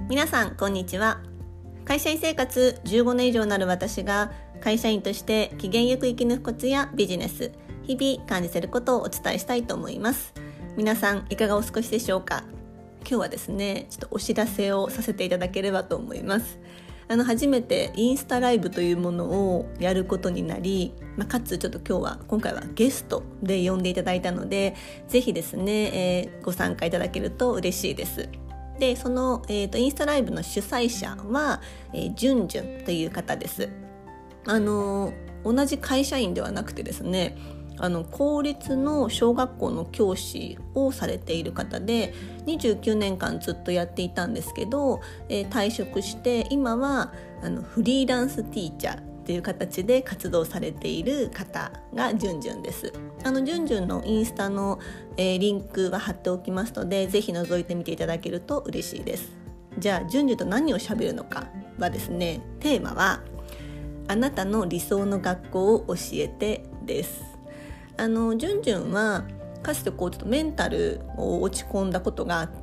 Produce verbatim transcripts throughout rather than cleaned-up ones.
皆さんこんにちは。会社員生活じゅうごねん以上になる私が会社員として機嫌よく生き抜くコツやビジネス、日々感じていることをお伝えしたいと思います。皆さんいかがお過ごしでしょうか。今日はですねちょっとお知らせをさせていただければと思います。あの初めてインスタライブというものをやることになり、まあ、かつちょっと今日は今回はゲストで呼んでいただいたので、ぜひですね、えー、ご参加いただけると嬉しいです。でその、えーと、インスタライブの主催者は、えー、じゅんじゅんという方です。あの同じ会社員ではなくてですね、あの公立の小学校の教師をされている方で、にじゅうきゅうねんかんずっとやっていたんですけど、えー、退職して今はあのフリーランスティーチャーという形で活動されている方がじゅんじゅんです。あのじゅんじゅんのインスタの、えー、リンクは貼っておきますので、ぜひ覗いてみていただけると嬉しいです。じゃあじゅんじゅんと何をしゃべるのかはですね、テーマはあなたの理想の学校を教えてです。あのじゅんじゅんはかつてこうちょっとメンタルを落ち込んだことがあって、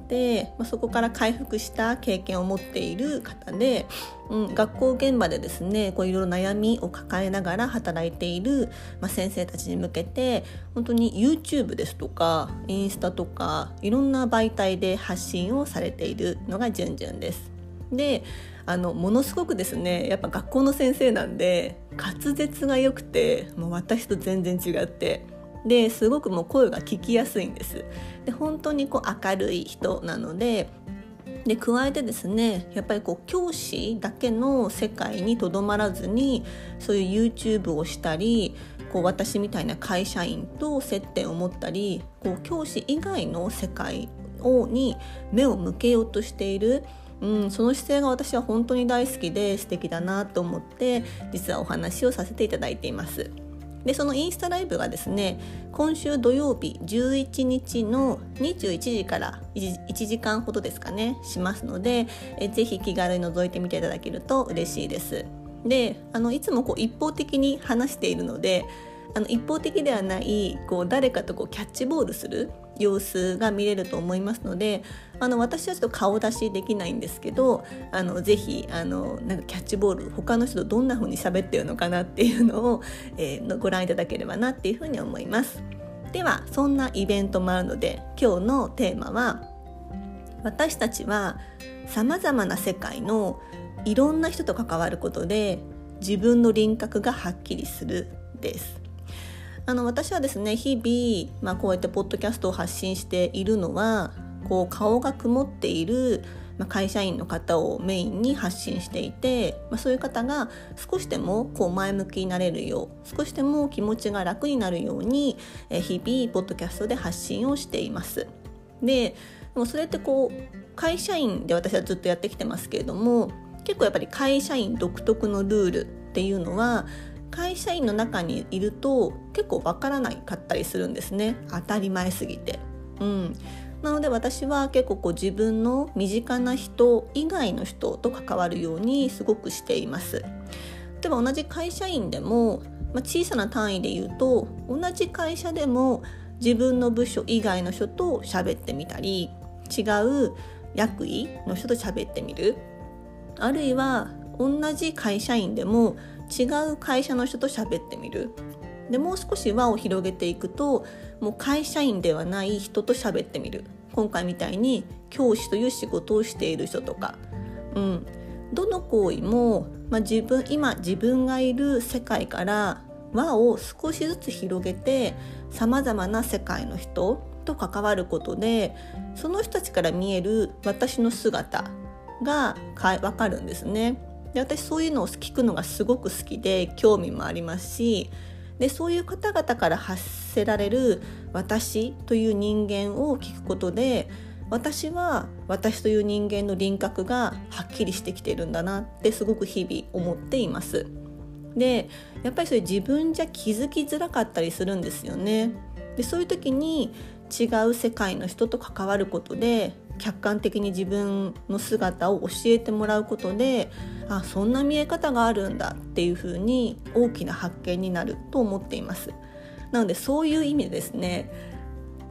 まあ、そこから回復した経験を持っている方で、うん、学校現場でですねこういろいろ悩みを抱えながら働いている、まあ、先生たちに向けて本当に YouTube ですとかインスタとかいろんな媒体で発信をされているのがじゅんじゅんです。であのものすごくですねやっぱ学校の先生なんで滑舌が良くて、もう私と全然違ってですごくもう声が聞きやすいんです。で本当にこう明るい人なので、で加えてですねやっぱりこう教師だけの世界にとどまらずに、そういう YouTube をしたり、こう私みたいな会社員と接点を持ったり、こう教師以外の世界をに目を向けようとしている、うん、その姿勢が私は本当に大好きで素敵だなと思って、実はお話をさせていただいています。でそのインスタライブがですね、今週土曜日じゅういちにちのにじゅういちじからいちじかんほどですかねしますので、えぜひ気軽に覗いてみていただけると嬉しいです。であのいつもこう一方的に話しているので、あの一方的ではないこう誰かとこうキャッチボールする様子が見れると思いますので、あの私はちょっと顔出しできないんですけど、あのぜひあのなんかキャッチボール他の人とどんな風に喋ってるのかなっていうのを、えー、ご覧いただければなっていう風に思います。ではそんなイベントもあるので、今日のテーマは私たちはさまざまな世界のいろんな人と関わることで自分の輪郭がはっきりするです。あの私はですね日々、まあ、こうやってポッドキャストを発信しているのは、こう顔が曇っている、まあ、会社員の方をメインに発信していて、まあ、そういう方が少しでもこう前向きになれるよう、少しでも気持ちが楽になるように、え日々ポッドキャストで発信をしています。で、でもそれってこう会社員で私はずっとやってきてますけれども、結構やっぱり会社員独特のルールっていうのは会社員の中にいると結構わからないかったりするんですね。当たり前すぎて、うん、なので私は結構こう自分の身近な人以外の人と関わるようにすごくしています。例えば同じ会社員でも、まあ、小さな単位で言うと同じ会社でも自分の部署以外の人と喋ってみたり、違う役員の人と喋ってみる、あるいは同じ会社員でも違う会社の人と喋ってみる。でもう少し輪を広げていくと、もう会社員ではない人と喋ってみる。今回みたいに教師という仕事をしている人とか、うん、どの行為も、まあ、自分今自分がいる世界から輪を少しずつ広げて、さまざまな世界の人と関わることで、その人たちから見える私の姿が分かるんですね。で私そういうのを聞くのがすごく好きで興味もありますし、でそういう方々から発せられる私という人間を聞くことで、私は私という人間の輪郭がはっきりしてきているんだなってすごく日々思っています。でやっぱりそれ自分じゃ気づきづらかったりするんですよね。でそういう時に違う世界の人と関わることで客観的に自分の姿を教えてもらうことで、あ、そんな見え方があるんだっていうふうに大きな発見になると思っています。なのでそういう意味でですね、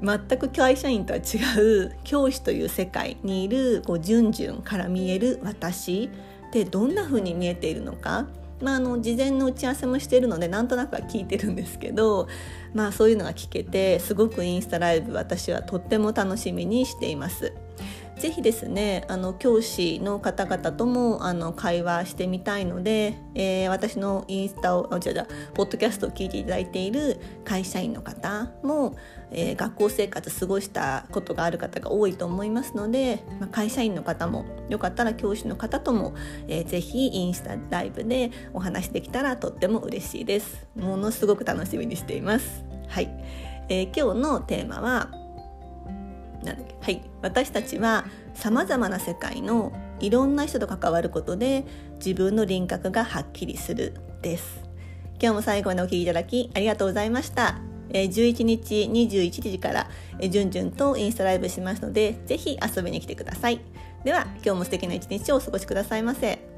全く会社員とは違う教師という世界にいるこうじゅんじゅんから見える私でどんな風に見えているのか、まあ、あの事前の打ち合わせもしているのでなんとなくは聞いてるんですけど、まあ、そういうのが聞けてすごくインスタライブ私はとっても楽しみにしています。ぜひですね、あの教師の方々ともあの会話してみたいので、えー、私のインスタをあじゃじゃポッドキャストを聞いていただいている会社員の方も、えー、学校生活過ごしたことがある方が多いと思いますので、まあ、会社員の方もよかったら教師の方とも、えー、ぜひインスタライブでお話できたらとっても嬉しいです。ものすごく楽しみにしています。はい、えー、今日のテーマはなんだっけはい、私たちはさまざまな世界のいろんな人と関わることで自分の輪郭がはっきりするです。今日も最後までお聞きいただきありがとうございました。じゅういちにちにじゅういちじからじゅんじゅんとインスタライブしますのでぜひ遊びに来てください。では今日も素敵な一日をお過ごしくださいませ。